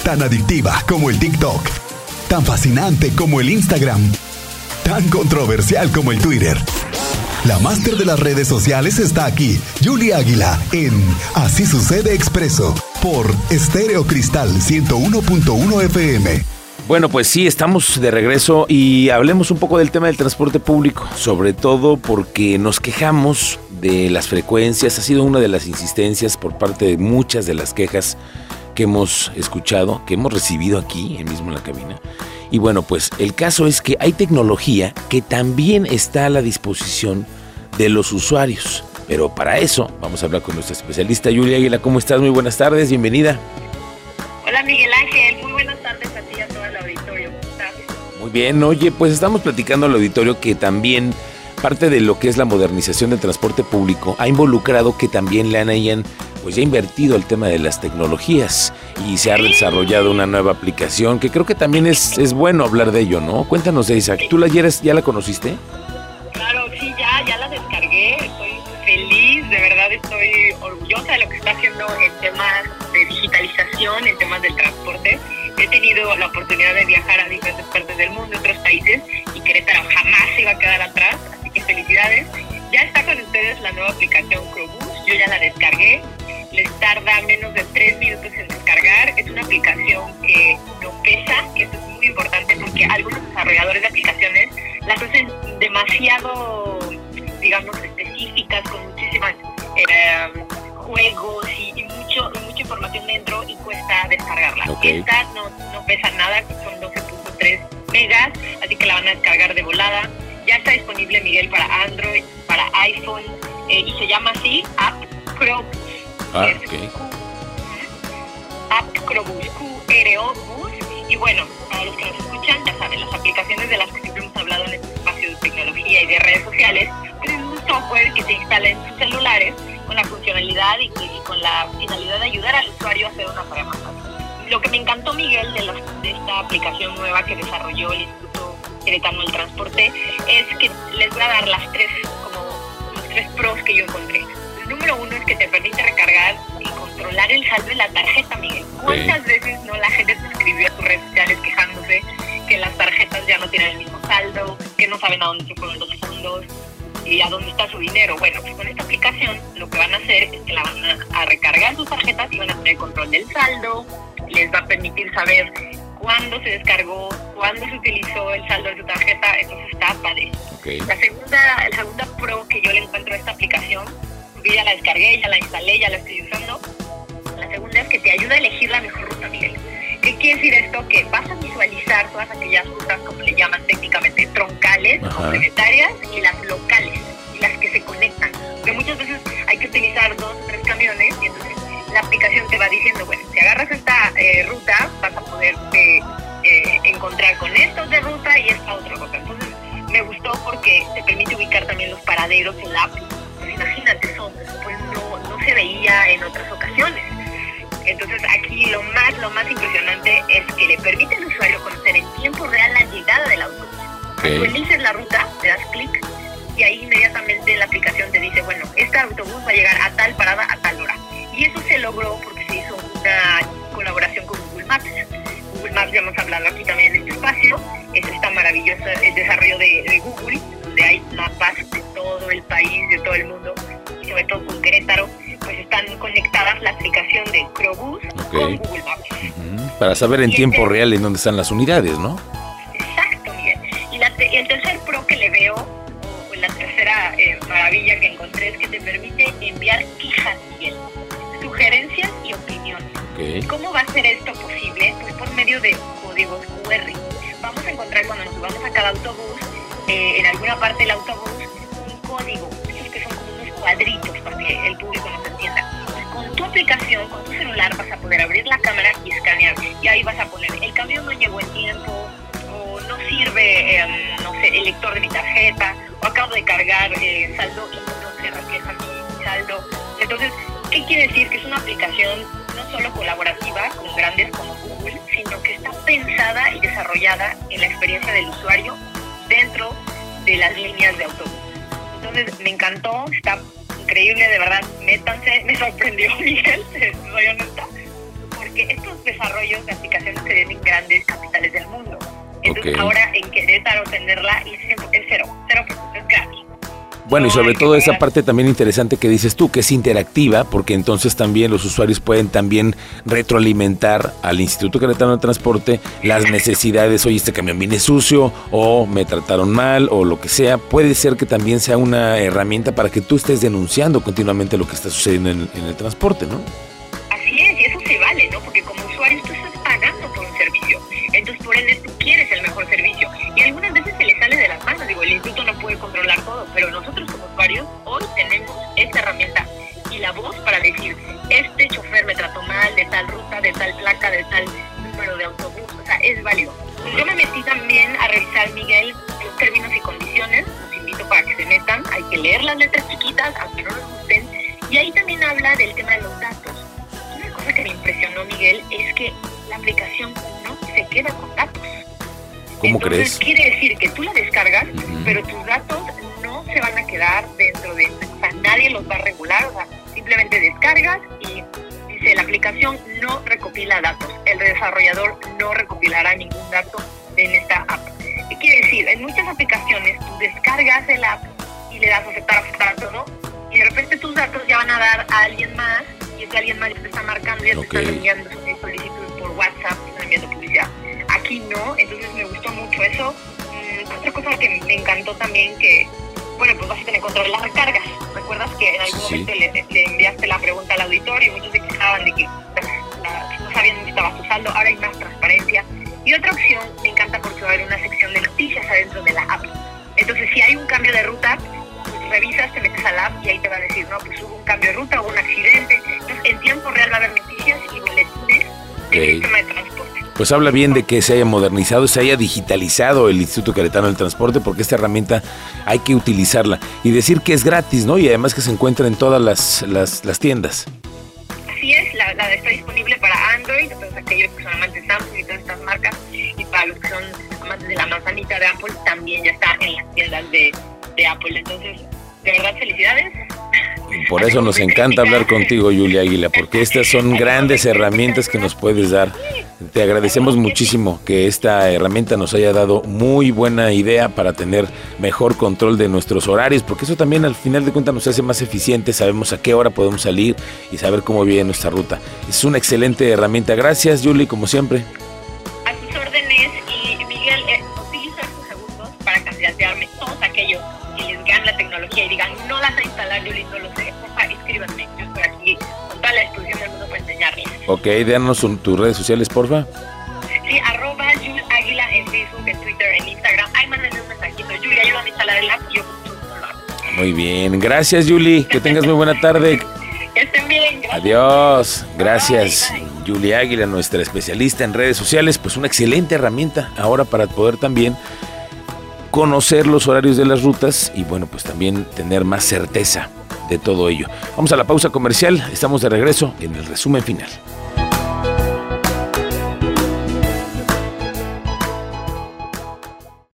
Tan adictiva como el TikTok, tan fascinante como el Instagram, tan controversial como el Twitter. La máster de las redes sociales está aquí, Julie Águila, en Así Sucede Expreso, por Estéreo Cristal 101.1 FM. Bueno, pues sí, estamos de regreso y hablemos un poco del tema del transporte público, sobre todo porque nos quejamos de las frecuencias. Ha sido una de las insistencias por parte de muchas de las quejas que hemos escuchado, que hemos recibido aquí, mismo en la cabina. Y bueno, pues el caso es que hay tecnología que también está a la disposición de los usuarios. Pero para eso vamos a hablar con nuestra especialista Julie Águila. ¿Cómo estás? Muy buenas tardes, bienvenida. Hola Miguel Ángel, muy buenas tardes a ti y a todo el auditorio. ¿Cómo estás? Muy bien, oye, pues estamos platicando al auditorio que también parte de lo que es la modernización del transporte público ha involucrado que también le hayan pues ya invertido el tema de las tecnologías y se ha desarrollado una nueva aplicación que creo que también es bueno hablar de ello, ¿no? Cuéntanos de esa. ¿Tú ya la conociste? Claro, sí, ya la descargué, estoy feliz, de verdad estoy orgullosa de lo que está haciendo en temas de digitalización, en temas del transporte. He tenido la oportunidad de viajar a diferentes partes del mundo, otros países, y Querétaro jamás se iba a quedar atrás, así que felicidades. Ya está con ustedes la nueva aplicación Crobús, yo ya la descargué. Les tarda menos de 3 minutos en descargar. Es una aplicación que no pesa, que esto es muy importante porque algunos desarrolladores de aplicaciones las hacen demasiado, digamos, específicas, con muchísimas juegos y mucha información dentro y cuesta descargarla. Okay. Esta no pesa nada, son 12.3 megas, así que la van a descargar de volada. Ya está disponible, Miguel, para Android, para iPhone, y se llama así App Crobús. Okay. App Crobús, QRO-Bus. Y bueno, para los que nos escuchan, ya saben, las aplicaciones de las que siempre hemos hablado en este espacio de tecnología y de redes sociales, pues es un software que se instala en sus celulares con la funcionalidad y con la finalidad de ayudar al usuario a hacer una tarea más fácil. Lo que me encantó, Miguel, de esta aplicación nueva que desarrolló el Instituto Queretano del Transporte es que les voy a dar los tres pros que yo encontré. Número 1 es que te permite recargar y controlar el saldo de la tarjeta, Miguel. ¿Cuántas veces no la gente te escribió a tus redes sociales quejándose que las tarjetas ya no tienen el mismo saldo, que no saben a dónde se fueron los fondos y a dónde está su dinero? Bueno, pues con esta aplicación lo que van a hacer es que la van a recargar sus tarjetas y van a tener control del saldo, les va a permitir saber cuándo se descargó, cuándo se utilizó el saldo de su tarjeta. Entonces está padre. Okay. La segunda pro que yo le encuentro a esta aplicación, yo ya la descargué, ya la instalé, ya la estoy usando. La segunda es que te ayuda a elegir la mejor ruta, Miguel. ¿Qué quiere decir esto? Que vas a visualizar todas aquellas rutas, como le llaman técnicamente, troncales, complementarias, y las locales, y las que se conectan. Porque muchas veces hay que utilizar 2 o 3 camiones, y entonces la aplicación te va diciendo, bueno, si agarras esta ruta, vas a poder encontrar con estos de ruta y esta otra ruta. Entonces me gustó porque te permite ubicar también los paraderos en la app. Pues imagínate, eso pues no se veía en otras ocasiones. Entonces aquí lo más impresionante es que le permite al usuario conocer en tiempo real la llegada del autobús. Okay. Tú eliges la ruta, le das clic y ahí inmediatamente la aplicación te dice, bueno, este autobús va a llegar a tal parada a tal hora. Y eso se logró porque se hizo una colaboración con Google Maps. Google Maps, ya hemos hablado aquí también en este espacio, es esta maravillosa el desarrollo de Google, donde hay mapas de todo el país, de todo el mundo, y sobre todo con Querétaro, pues están conectadas la aplicación de Crobús con Google Maps. Para saber en tiempo real en dónde están las unidades, ¿no? Exacto, Miguel. Y el tercer pro que le veo, o la tercera maravilla que encontré, es que te permite enviar quejas, Miguel, sugerencias y opiniones. Okay. ¿Cómo va a ser esto posible? Pues por medio de códigos QR. Vamos a encontrar cuando nos subamos a cada autobús, en alguna parte del autobús, un código, esos que son como unos cuadritos para que el público nos entienda. Entonces, con tu aplicación, con tu celular, vas a poder abrir la cámara y escanear. Y ahí vas a poner, el camión no llegó en tiempo, o no sirve, el lector de mi tarjeta, o acabo de cargar saldo y no se refleja mi saldo. Entonces, ¿qué quiere decir? Que es una aplicación no solo colaborativa con grandes como Google, sino que está pensada y desarrollada en la experiencia del usuario dentro de las líneas de autobús. Entonces me encantó, está increíble, de verdad, métanse, me sorprendió, Miguel, soy honesta, porque estos desarrollos de aplicaciones grandes capitales del mundo. Entonces ahora en Querétaro tenerla es cero, es gratis. Bueno, y sobre todo esa parte también interesante que dices tú, que es interactiva, porque entonces también los usuarios pueden también retroalimentar al Instituto Queretano de Transporte las necesidades, oye, este camión viene sucio, o me trataron mal, o lo que sea. Puede ser que también sea una herramienta para que tú estés denunciando continuamente lo que está sucediendo en el transporte, ¿no? Así es, y eso se vale, ¿no? Porque como usuario tú estás pagando por un servicio, entonces por ende tú quieres el mejor servicio, y algunas veces se le sale de las manos. Digo, el instituto no puede controlar todo, pero nosotros como usuarios hoy tenemos esta herramienta y la voz para decir, este chofer me trató mal, de tal ruta, de tal placa, de tal número de autobús, o sea, es válido. Yo me metí también a revisar, Miguel, los términos y condiciones, los invito para que se metan, hay que leer las letras chiquitas, aunque no les gusten, y ahí también habla del tema de los datos. Una cosa que me impresionó, Miguel, es que la aplicación no se queda con datos. ¿Cómo Entonces, crees? Quiere decir que tú la descargas, pero tus datos no se van a quedar dentro de... O sea, nadie los va a regular, o sea, simplemente descargas y dice, la aplicación no recopila datos. El desarrollador no recopilará ningún dato en esta app. ¿Qué quiere decir? En muchas aplicaciones tú descargas el app y le das a aceptar todo, y de repente tus datos ya van a dar a alguien más, y ese alguien más ya te está marcando, ya te están enviando solicitudes por WhatsApp, te están enviando publicidad. Aquí no, entonces me gustó mucho eso. Otra cosa que me encantó también, que, bueno, pues vas a tener control de las recargas. ¿Recuerdas que en algún momento le enviaste la pregunta al auditorio y muchos se quejaban de que no sabían dónde estaba su saldo? Ahora hay más transparencia. Y otra opción, me encanta porque va a haber una sección de noticias adentro de la app. Entonces, si hay un cambio de ruta, pues revisas, te metes a la app y ahí te va a decir, no, pues hubo un cambio de ruta, hubo un accidente. Entonces, en tiempo real va a haber noticias y boletines del sistema de transporte. Pues habla bien de que se haya modernizado, se haya digitalizado el Instituto Queretano del Transporte, porque esta herramienta hay que utilizarla. Y decir que es gratis, ¿no? Y además que se encuentra en todas las tiendas. Así es, la está disponible para Android, entonces aquellos que son amantes de Samsung y todas estas marcas, y para los que son amantes de la manzanita de Apple, también ya está en las tiendas de Apple. Entonces, de verdad, felicidades. Y por eso nos encanta hablar contigo, Julia Águila, porque estas son grandes herramientas que nos puedes dar. Te agradecemos muchísimo que esta herramienta nos haya dado muy buena idea para tener mejor control de nuestros horarios, porque eso también al final de cuentas nos hace más eficientes, sabemos a qué hora podemos salir y saber cómo viene nuestra ruta. Es una excelente herramienta. Gracias, Julie, como siempre. A tus órdenes, y Miguel, utilizo estos segundos para candidatearme todos aquellos que les ganan la tecnología y digan, no la sé instalar, Julie, no lo sé, porfa, escríbanme, yo estoy aquí con toda la disposición del mundo para enseñarles. Ok, danos tus redes sociales, porfa. Sí, @Jul Águila en Facebook, en Twitter, en Instagram. Ahí mándenme un mensajito, Julie, ayúdame a instalar el app y yo con mucho gusto lo hago. Muy bien, gracias, Julie, que tengas muy buena tarde. Que estén bien, gracias. Adiós, gracias. Bye, bye. Julia Águila, nuestra especialista en redes sociales, pues una excelente herramienta ahora para poder también conocer los horarios de las rutas y bueno, pues también tener más certeza de todo ello. Vamos a la pausa comercial, estamos de regreso en el resumen final.